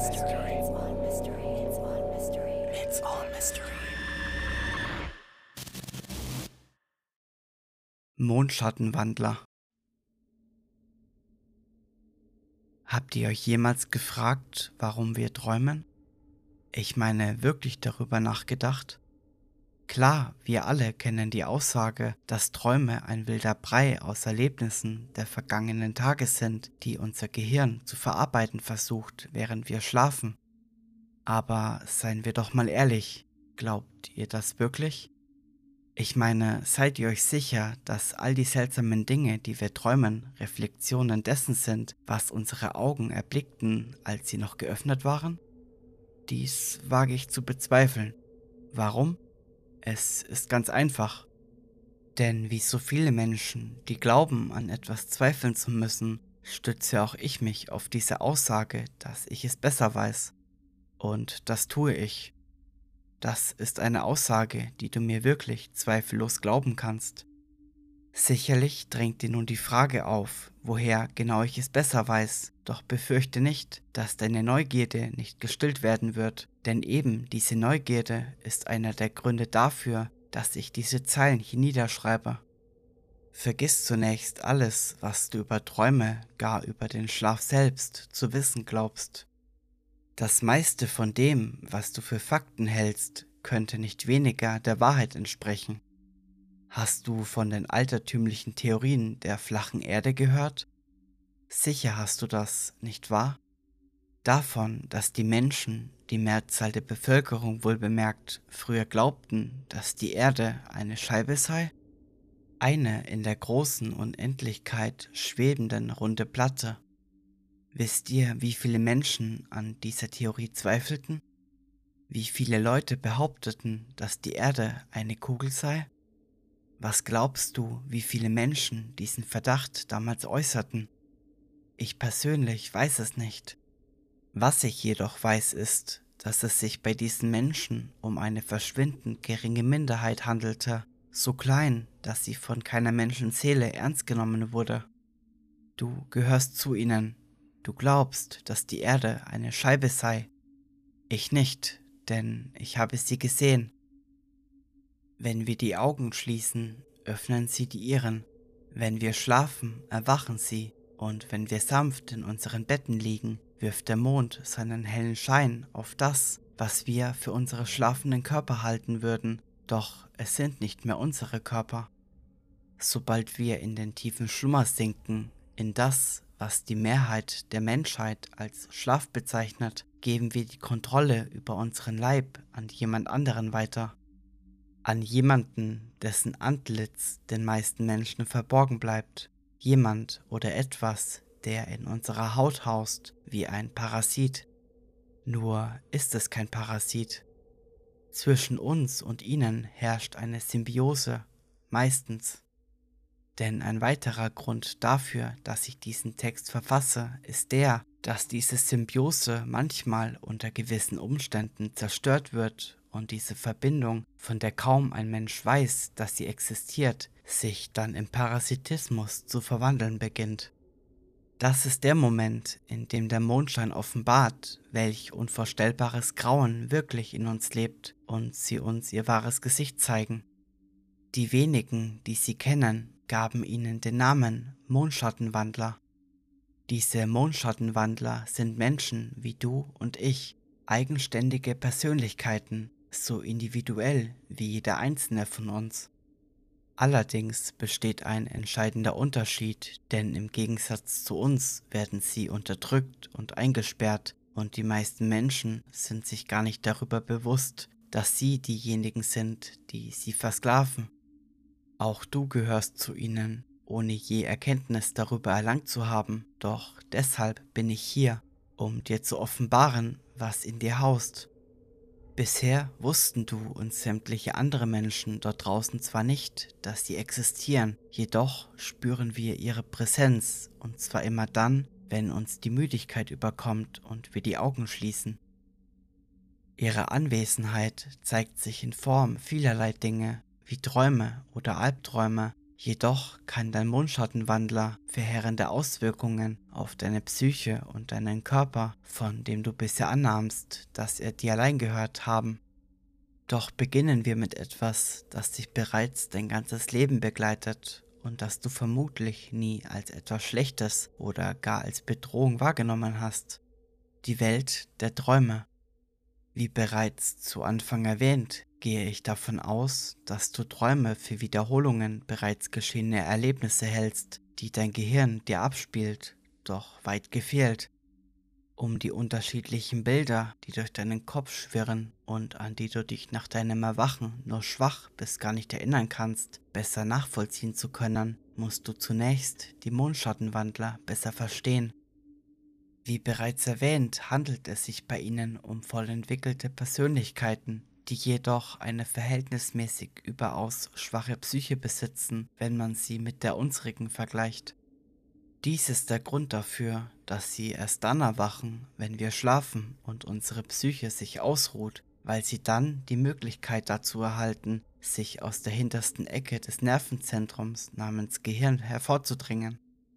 It's all mystery. Mondschattenwandler. Habt ihr euch jemals gefragt, warum wir träumen? Ich meine, wirklich darüber nachgedacht? Klar, wir alle kennen die Aussage, dass Träume ein wilder Brei aus Erlebnissen der vergangenen Tage sind, die unser Gehirn zu verarbeiten versucht, während wir schlafen. Aber seien wir doch mal ehrlich, glaubt ihr das wirklich? Ich meine, seid ihr euch sicher, dass all die seltsamen Dinge, die wir träumen, Reflexionen dessen sind, was unsere Augen erblickten, als sie noch geöffnet waren? Dies wage ich zu bezweifeln. Warum? Es ist ganz einfach. Denn wie so viele Menschen, die glauben, an etwas zweifeln zu müssen, stütze auch ich mich auf diese Aussage, dass ich es besser weiß. Und das tue ich. Das ist eine Aussage, die du mir wirklich zweifellos glauben kannst. Sicherlich drängt dir nun die Frage auf, woher genau ich es besser weiß, doch befürchte nicht, dass deine Neugierde nicht gestillt werden wird, denn eben diese Neugierde ist einer der Gründe dafür, dass ich diese Zeilen hier niederschreibe. Vergiss zunächst alles, was du über Träume, gar über den Schlaf selbst zu wissen glaubst. Das meiste von dem, was du für Fakten hältst, könnte nicht weniger der Wahrheit entsprechen. Hast du von den altertümlichen Theorien der flachen Erde gehört? Sicher hast du das, nicht wahr? Davon, dass die Menschen, die Mehrzahl der Bevölkerung wohlbemerkt, früher glaubten, dass die Erde eine Scheibe sei? Eine in der großen Unendlichkeit schwebenden runde Platte. Wisst ihr, wie viele Menschen an dieser Theorie zweifelten? Wie viele Leute behaupteten, dass die Erde eine Kugel sei? Was glaubst du, wie viele Menschen diesen Verdacht damals äußerten? Ich persönlich weiß es nicht. Was ich jedoch weiß ist, dass es sich bei diesen Menschen um eine verschwindend geringe Minderheit handelte, so klein, dass sie von keiner Menschenseele ernst genommen wurde. Du gehörst zu ihnen. Du glaubst, dass die Erde eine Scheibe sei. Ich nicht, denn ich habe sie gesehen. Wenn wir die Augen schließen, öffnen sie die ihren. Wenn wir schlafen, erwachen sie. Und wenn wir sanft in unseren Betten liegen, wirft der Mond seinen hellen Schein auf das, was wir für unsere schlafenden Körper halten würden. Doch es sind nicht mehr unsere Körper. Sobald wir in den tiefen Schlummer sinken, in das, was die Mehrheit der Menschheit als Schlaf bezeichnet, geben wir die Kontrolle über unseren Leib an jemand anderen weiter. An jemanden, dessen Antlitz den meisten Menschen verborgen bleibt. Jemand oder etwas, der in unserer Haut haust, wie ein Parasit. Nur ist es kein Parasit. Zwischen uns und ihnen herrscht eine Symbiose, meistens. Denn ein weiterer Grund dafür, dass ich diesen Text verfasse, ist der, dass diese Symbiose manchmal unter gewissen Umständen zerstört wird und diese Verbindung, von der kaum ein Mensch weiß, dass sie existiert, sich dann im Parasitismus zu verwandeln beginnt. Das ist der Moment, in dem der Mondschein offenbart, welch unvorstellbares Grauen wirklich in uns lebt und sie uns ihr wahres Gesicht zeigen. Die wenigen, die sie kennen, gaben ihnen den Namen Mondschattenwandler. Diese Mondschattenwandler sind Menschen wie du und ich, eigenständige Persönlichkeiten, so individuell wie jeder einzelne von uns. Allerdings besteht ein entscheidender Unterschied, denn im Gegensatz zu uns werden sie unterdrückt und eingesperrt und die meisten Menschen sind sich gar nicht darüber bewusst, dass sie diejenigen sind, die sie versklaven. Auch du gehörst zu ihnen, ohne je Erkenntnis darüber erlangt zu haben, doch deshalb bin ich hier, um dir zu offenbaren, was in dir haust. Bisher wussten du und sämtliche andere Menschen dort draußen zwar nicht, dass sie existieren, jedoch spüren wir ihre Präsenz, und zwar immer dann, wenn uns die Müdigkeit überkommt und wir die Augen schließen. Ihre Anwesenheit zeigt sich in Form vielerlei Dinge, wie Träume oder Albträume, Jedoch kann dein Mondschattenwandler verheerende Auswirkungen auf deine Psyche und deinen Körper, von dem du bisher annahmst, dass er dir allein gehört haben. Doch beginnen wir mit etwas, das dich bereits dein ganzes Leben begleitet und das du vermutlich nie als etwas Schlechtes oder gar als Bedrohung wahrgenommen hast. Die Welt der Träume. Wie bereits zu Anfang erwähnt, gehe ich davon aus, dass du Träume für Wiederholungen bereits geschehene Erlebnisse hältst, die dein Gehirn dir abspielt, doch weit gefehlt. Um die unterschiedlichen Bilder, die durch deinen Kopf schwirren und an die du dich nach deinem Erwachen nur schwach bis gar nicht erinnern kannst, besser nachvollziehen zu können, musst du zunächst die Mondschattenwandler besser verstehen. Wie bereits erwähnt, handelt es sich bei ihnen um voll entwickelte Persönlichkeiten, die jedoch eine verhältnismäßig überaus schwache Psyche besitzen, wenn man sie mit der unsrigen vergleicht. Dies ist der Grund dafür, dass sie erst dann erwachen, wenn wir schlafen und unsere Psyche sich ausruht, weil sie dann die Möglichkeit dazu erhalten, sich aus der hintersten Ecke des Nervenzentrums namens Gehirn hervorzudringen.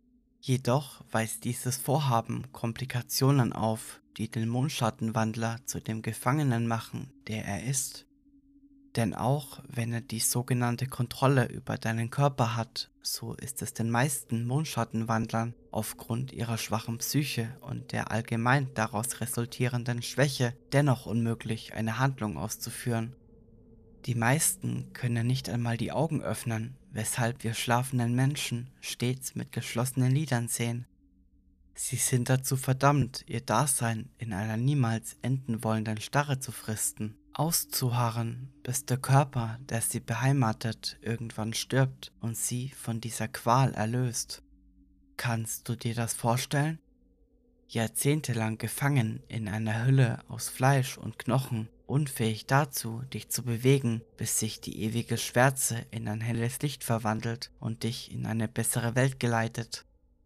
Jedoch weist dieses Vorhaben Komplikationen auf, die den Mondschattenwandler zu dem Gefangenen machen, der er ist. Denn auch wenn er die sogenannte Kontrolle über deinen Körper hat, so ist es den meisten Mondschattenwandlern aufgrund ihrer schwachen Psyche und der allgemein daraus resultierenden Schwäche dennoch unmöglich, eine Handlung auszuführen. Die meisten können nicht einmal die Augen öffnen, weshalb wir schlafenden Menschen stets mit geschlossenen Lidern sehen. Sie sind dazu verdammt, ihr Dasein in einer niemals enden wollenden Starre zu fristen, auszuharren, bis der Körper, der sie beheimatet, irgendwann stirbt und sie von dieser Qual erlöst. Kannst du dir das vorstellen? Jahrzehntelang gefangen in einer Hülle aus Fleisch und Knochen, unfähig dazu, dich zu bewegen, bis sich die ewige Schwärze in ein helles Licht verwandelt und dich in eine bessere Welt geleitet.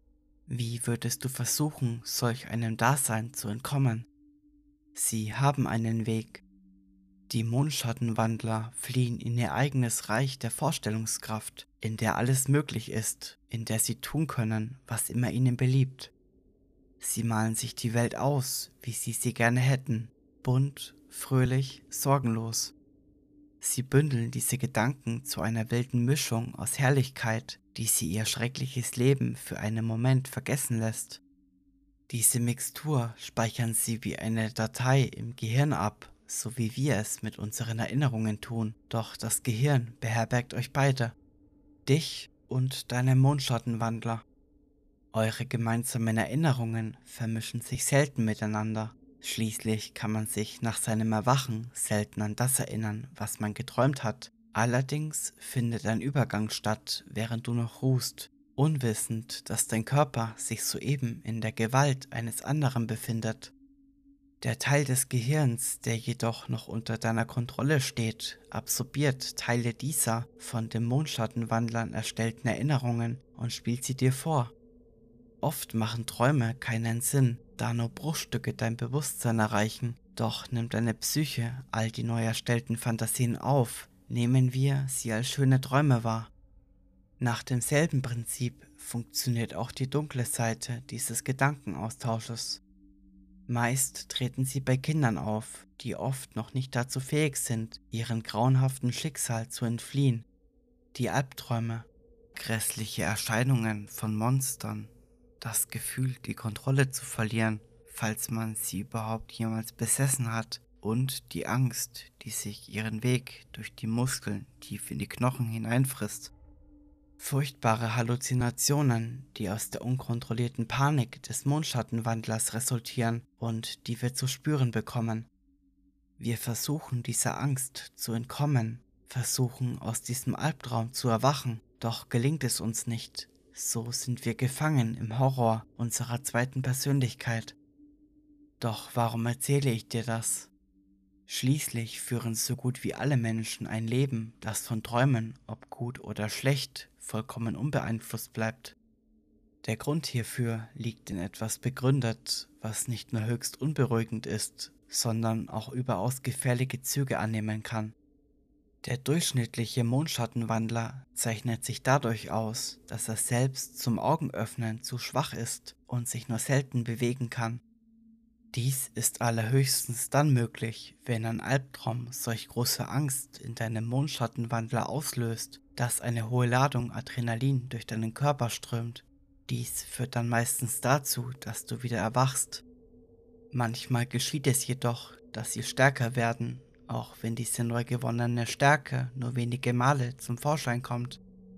Wie würdest du versuchen, solch einem Dasein zu entkommen? Sie haben einen Weg. Die Mondschattenwandler fliehen in ihr eigenes Reich der Vorstellungskraft, in der alles möglich ist, in der sie tun können, was immer ihnen beliebt. Sie malen sich die Welt aus, wie sie gerne hätten, bunt, fröhlich, sorgenlos. Sie bündeln diese Gedanken zu einer wilden Mischung aus Herrlichkeit, die sie ihr schreckliches Leben für einen Moment vergessen lässt. Diese Mixtur speichern sie wie eine Datei im Gehirn ab, so wie wir es mit unseren Erinnerungen tun, doch das Gehirn beherbergt euch beide, dich und deinen Mondschattenwandler. Eure gemeinsamen Erinnerungen vermischen sich selten miteinander. Schließlich kann man sich nach seinem Erwachen selten an das erinnern, was man geträumt hat. Allerdings findet ein Übergang statt, während du noch ruhst, unwissend, dass dein Körper sich soeben in der Gewalt eines anderen befindet. Der Teil des Gehirns, der jedoch noch unter deiner Kontrolle steht, absorbiert Teile dieser von den Mondschattenwandlern erstellten Erinnerungen und spielt sie dir vor. Oft machen Träume keinen Sinn, da nur Bruchstücke dein Bewusstsein erreichen, doch nimmt deine Psyche all die neu erstellten Fantasien auf, nehmen wir sie als schöne Träume wahr. Nach demselben Prinzip funktioniert auch die dunkle Seite dieses Gedankenaustausches. Meist treten sie bei Kindern auf, die oft noch nicht dazu fähig sind, ihrem grauenhaften Schicksal zu entfliehen. Die Albträume, grässliche Erscheinungen von Monstern, das Gefühl, die Kontrolle zu verlieren, falls man sie überhaupt jemals besessen hat, und die Angst, die sich ihren Weg durch die Muskeln tief in die Knochen hineinfrisst. Furchtbare Halluzinationen, die aus der unkontrollierten Panik des Mondschattenwandlers resultieren und die wir zu spüren bekommen. Wir versuchen dieser Angst zu entkommen, versuchen aus diesem Albtraum zu erwachen, doch gelingt es uns nicht. So sind wir gefangen im Horror unserer zweiten Persönlichkeit. Doch warum erzähle ich dir das? Schließlich führen so gut wie alle Menschen ein Leben, das von Träumen, ob gut oder schlecht, vollkommen unbeeinflusst bleibt. Der Grund hierfür liegt in etwas begründet, was nicht nur höchst unberuhigend ist, sondern auch überaus gefährliche Züge annehmen kann. Der durchschnittliche Mondschattenwandler zeichnet sich dadurch aus, dass er selbst zum Augenöffnen zu schwach ist und sich nur selten bewegen kann. Dies ist allerhöchstens dann möglich, wenn ein Albtraum solch große Angst in deinem Mondschattenwandler auslöst, dass eine hohe Ladung Adrenalin durch deinen Körper strömt. Dies führt dann meistens dazu, dass du wieder erwachst. Manchmal geschieht es jedoch, dass sie stärker werden, auch wenn diese neu gewonnene Stärke nur wenige Male zum Vorschein kommt.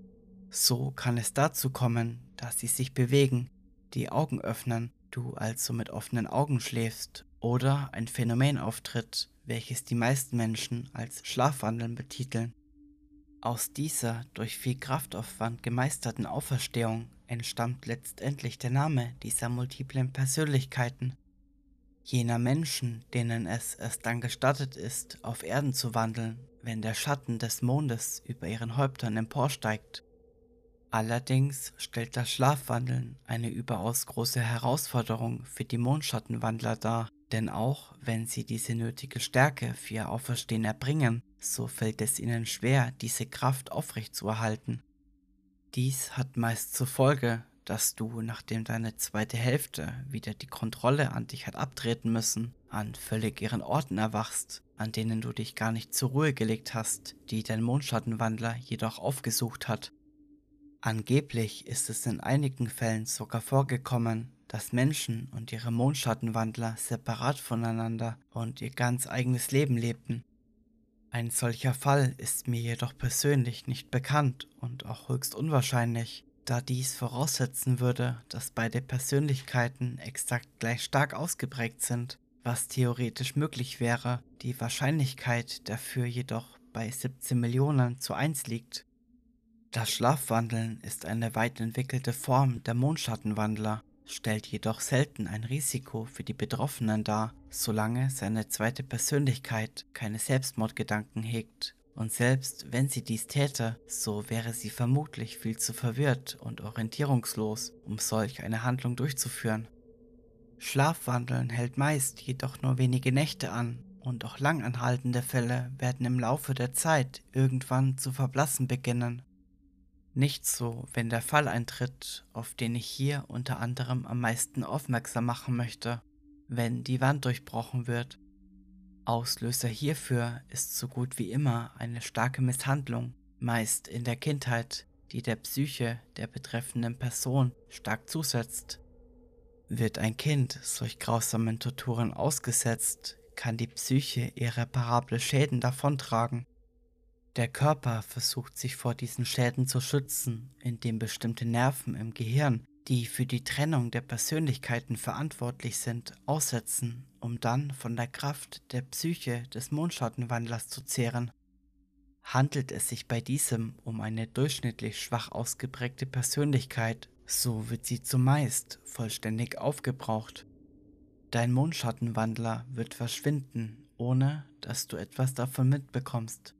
So kann es dazu kommen, dass sie sich bewegen, die Augen öffnen, du also mit offenen Augen schläfst oder ein Phänomen auftritt, welches die meisten Menschen als Schlafwandeln betiteln. Aus dieser durch viel Kraftaufwand gemeisterten Auferstehung entstammt letztendlich der Name dieser multiplen Persönlichkeiten, jener Menschen, denen es erst dann gestattet ist, auf Erden zu wandeln, wenn der Schatten des Mondes über ihren Häuptern emporsteigt. Allerdings stellt das Schlafwandeln eine überaus große Herausforderung für die Mondschattenwandler dar, denn auch wenn sie diese nötige Stärke für ihr Auferstehen erbringen, so fällt es ihnen schwer, diese Kraft aufrechtzuerhalten. Dies hat meist zur Folge, dass du, nachdem deine zweite Hälfte wieder die Kontrolle an dich hat abtreten müssen, an völlig irren Orten erwachst, an denen du dich gar nicht zur Ruhe gelegt hast, die dein Mondschattenwandler jedoch aufgesucht hat. Angeblich ist es in einigen Fällen sogar vorgekommen, dass Menschen und ihre Mondschattenwandler separat voneinander und ihr ganz eigenes Leben lebten. Ein solcher Fall ist mir jedoch persönlich nicht bekannt und auch höchst unwahrscheinlich, da dies voraussetzen würde, dass beide Persönlichkeiten exakt gleich stark ausgeprägt sind, was theoretisch möglich wäre, die Wahrscheinlichkeit dafür jedoch bei 17 Millionen zu 1 liegt. Das Schlafwandeln ist eine weit entwickelte Form der Mondschattenwandler, stellt jedoch selten ein Risiko für die Betroffenen dar, solange seine zweite Persönlichkeit keine Selbstmordgedanken hegt. Und selbst wenn sie dies täte, so wäre sie vermutlich viel zu verwirrt und orientierungslos, um solch eine Handlung durchzuführen. Schlafwandeln hält meist jedoch nur wenige Nächte an und auch langanhaltende Fälle werden im Laufe der Zeit irgendwann zu verblassen beginnen. Nicht so, wenn der Fall eintritt, auf den ich hier unter anderem am meisten aufmerksam machen möchte, wenn die Wand durchbrochen wird. Auslöser hierfür ist so gut wie immer eine starke Misshandlung, meist in der Kindheit, die der Psyche der betreffenden Person stark zusetzt. Wird ein Kind solch grausamen Torturen ausgesetzt, kann die Psyche irreparable Schäden davontragen. Der Körper versucht sich vor diesen Schäden zu schützen, indem bestimmte Nerven im Gehirn, die für die Trennung der Persönlichkeiten verantwortlich sind, aussetzen, um dann von der Kraft der Psyche des Mondschattenwandlers zu zehren. Handelt es sich bei diesem um eine durchschnittlich schwach ausgeprägte Persönlichkeit, so wird sie zumeist vollständig aufgebraucht. Dein Mondschattenwandler wird verschwinden, ohne dass du etwas davon mitbekommst.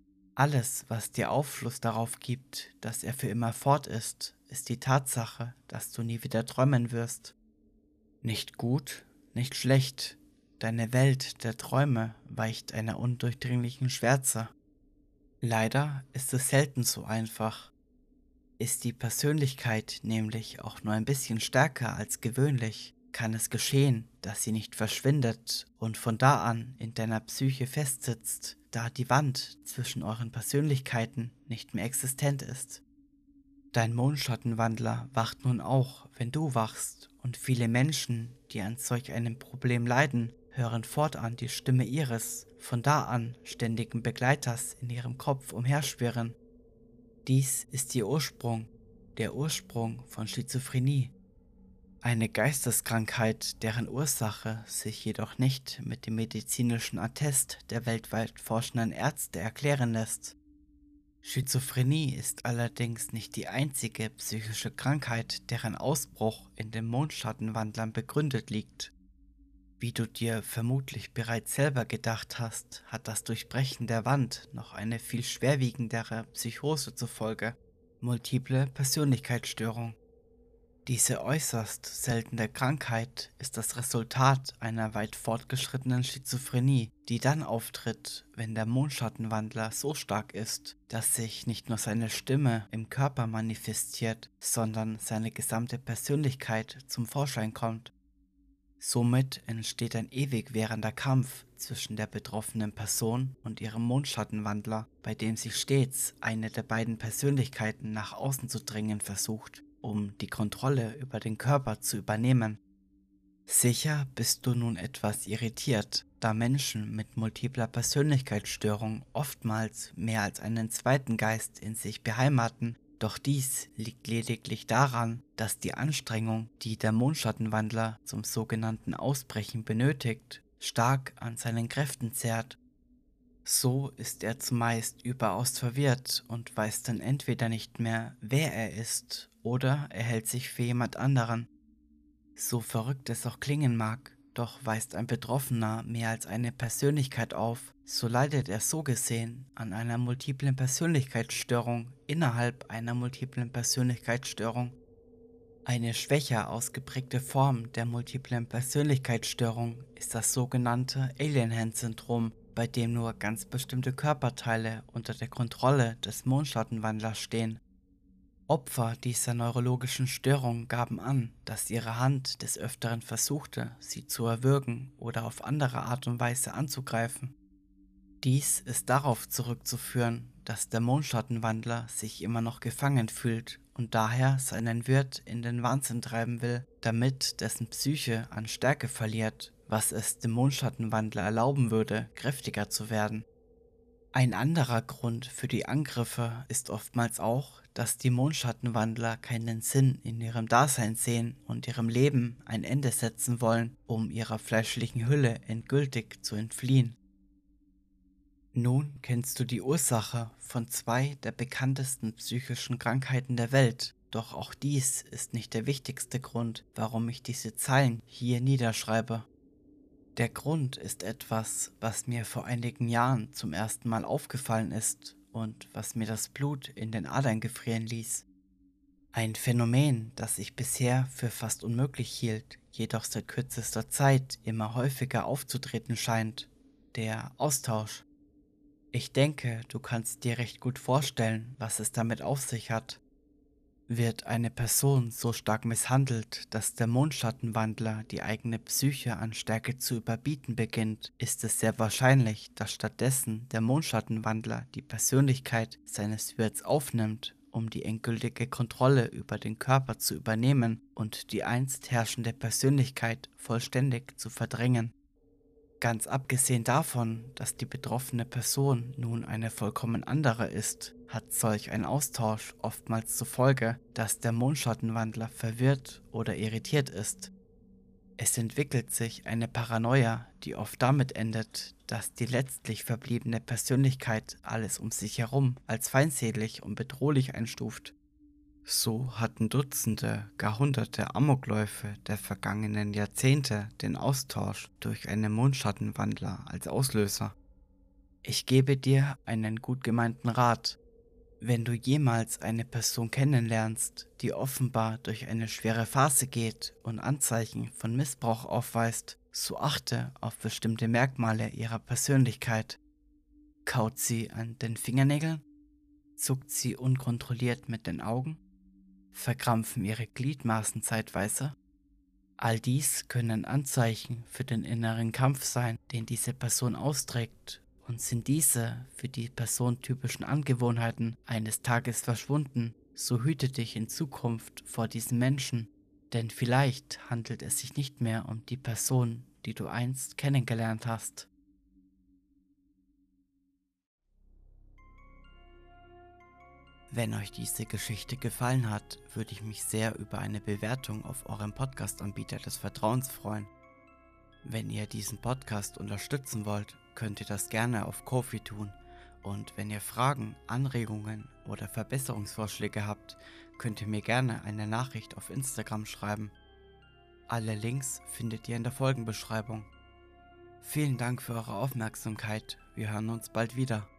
Alles, was dir Aufschluss darauf gibt, dass er für immer fort ist, ist die Tatsache, dass du nie wieder träumen wirst. Nicht gut, nicht schlecht, deine Welt der Träume weicht einer undurchdringlichen Schwärze. Leider ist es selten so einfach. Ist die Persönlichkeit nämlich auch nur ein bisschen stärker als gewöhnlich, kann es geschehen, dass sie nicht verschwindet und von da an in deiner Psyche festsitzt, da die Wand zwischen euren Persönlichkeiten nicht mehr existent ist. Dein Mondschattenwandler wacht nun auch, wenn du wachst, und viele Menschen, die an solch einem Problem leiden, hören fortan die Stimme ihres, von da an ständigen Begleiters in ihrem Kopf umherschwirren. Dies ist ihr Ursprung, der Ursprung von Schizophrenie. Eine Geisteskrankheit, deren Ursache sich jedoch nicht mit dem medizinischen Attest der weltweit forschenden Ärzte erklären lässt. Schizophrenie ist allerdings nicht die einzige psychische Krankheit, deren Ausbruch in den Mondschattenwandlern begründet liegt. Wie du dir vermutlich bereits selber gedacht hast, hat das Durchbrechen der Wand noch eine viel schwerwiegendere Psychose zur Folge: multiple Persönlichkeitsstörung. Diese äußerst seltene Krankheit ist das Resultat einer weit fortgeschrittenen Schizophrenie, die dann auftritt, wenn der Mondschattenwandler so stark ist, dass sich nicht nur seine Stimme im Körper manifestiert, sondern seine gesamte Persönlichkeit zum Vorschein kommt. Somit entsteht ein ewig währender Kampf zwischen der betroffenen Person und ihrem Mondschattenwandler, bei dem sich stets eine der beiden Persönlichkeiten nach außen zu dringen versucht, um die Kontrolle über den Körper zu übernehmen. Sicher bist du nun etwas irritiert, da Menschen mit multipler Persönlichkeitsstörung oftmals mehr als einen zweiten Geist in sich beheimaten. Doch dies liegt lediglich daran, dass die Anstrengung, die der Mondschattenwandler zum sogenannten Ausbrechen benötigt, stark an seinen Kräften zehrt. So ist er zumeist überaus verwirrt und weiß dann entweder nicht mehr, wer er ist, oder er hält sich für jemand anderen. So verrückt es auch klingen mag, doch weist ein Betroffener mehr als eine Persönlichkeit auf, so leidet er so gesehen an einer multiplen Persönlichkeitsstörung innerhalb einer multiplen Persönlichkeitsstörung. Eine schwächer ausgeprägte Form der multiplen Persönlichkeitsstörung ist das sogenannte Alien-Hand-Syndrom, bei dem nur ganz bestimmte Körperteile unter der Kontrolle des Mondschattenwandlers stehen. Opfer dieser neurologischen Störung gaben an, dass ihre Hand des Öfteren versuchte, sie zu erwürgen oder auf andere Art und Weise anzugreifen. Dies ist darauf zurückzuführen, dass der Mondschattenwandler sich immer noch gefangen fühlt und daher seinen Wirt in den Wahnsinn treiben will, damit dessen Psyche an Stärke verliert, was es dem Mondschattenwandler erlauben würde, kräftiger zu werden. Ein anderer Grund für die Angriffe ist oftmals auch, dass die Mondschattenwandler keinen Sinn in ihrem Dasein sehen und ihrem Leben ein Ende setzen wollen, um ihrer fleischlichen Hülle endgültig zu entfliehen. Nun kennst du die Ursache von zwei der bekanntesten psychischen Krankheiten der Welt, doch auch dies ist nicht der wichtigste Grund, warum ich diese Zeilen hier niederschreibe. Der Grund ist etwas, was mir vor einigen Jahren zum ersten Mal aufgefallen ist und was mir das Blut in den Adern gefrieren ließ. Ein Phänomen, das ich bisher für fast unmöglich hielt, jedoch seit kürzester Zeit immer häufiger aufzutreten scheint: der Austausch. Ich denke, du kannst dir recht gut vorstellen, was es damit auf sich hat. Wird eine Person so stark misshandelt, dass der Mondschattenwandler die eigene Psyche an Stärke zu überbieten beginnt, ist es sehr wahrscheinlich, dass stattdessen der Mondschattenwandler die Persönlichkeit seines Wirts aufnimmt, um die endgültige Kontrolle über den Körper zu übernehmen und die einst herrschende Persönlichkeit vollständig zu verdrängen. Ganz abgesehen davon, dass die betroffene Person nun eine vollkommen andere ist, hat solch ein Austausch oftmals zur Folge, dass der Mondschattenwandler verwirrt oder irritiert ist. Es entwickelt sich eine Paranoia, die oft damit endet, dass die letztlich verbliebene Persönlichkeit alles um sich herum als feindselig und bedrohlich einstuft. So hatten Dutzende, gar hunderte Amokläufe der vergangenen Jahrzehnte den Austausch durch einen Mondschattenwandler als Auslöser. Ich gebe dir einen gut gemeinten Rat. Wenn du jemals eine Person kennenlernst, die offenbar durch eine schwere Phase geht und Anzeichen von Missbrauch aufweist, so achte auf bestimmte Merkmale ihrer Persönlichkeit. Kaut sie an den Fingernägeln? Zuckt sie unkontrolliert mit den Augen? Verkrampfen ihre Gliedmaßen zeitweise? All dies können Anzeichen für den inneren Kampf sein, den diese Person austrägt, und sind diese für die Person typischen Angewohnheiten eines Tages verschwunden, so hüte dich in Zukunft vor diesen Menschen, denn vielleicht handelt es sich nicht mehr um die Person, die du einst kennengelernt hast. Wenn euch diese Geschichte gefallen hat, würde ich mich sehr über eine Bewertung auf eurem Podcast-Anbieter des Vertrauens freuen. Wenn ihr diesen Podcast unterstützen wollt, könnt ihr das gerne auf Ko-fi tun. Und wenn ihr Fragen, Anregungen oder Verbesserungsvorschläge habt, könnt ihr mir gerne eine Nachricht auf Instagram schreiben. Alle Links findet ihr in der Folgenbeschreibung. Vielen Dank für eure Aufmerksamkeit. Wir hören uns bald wieder.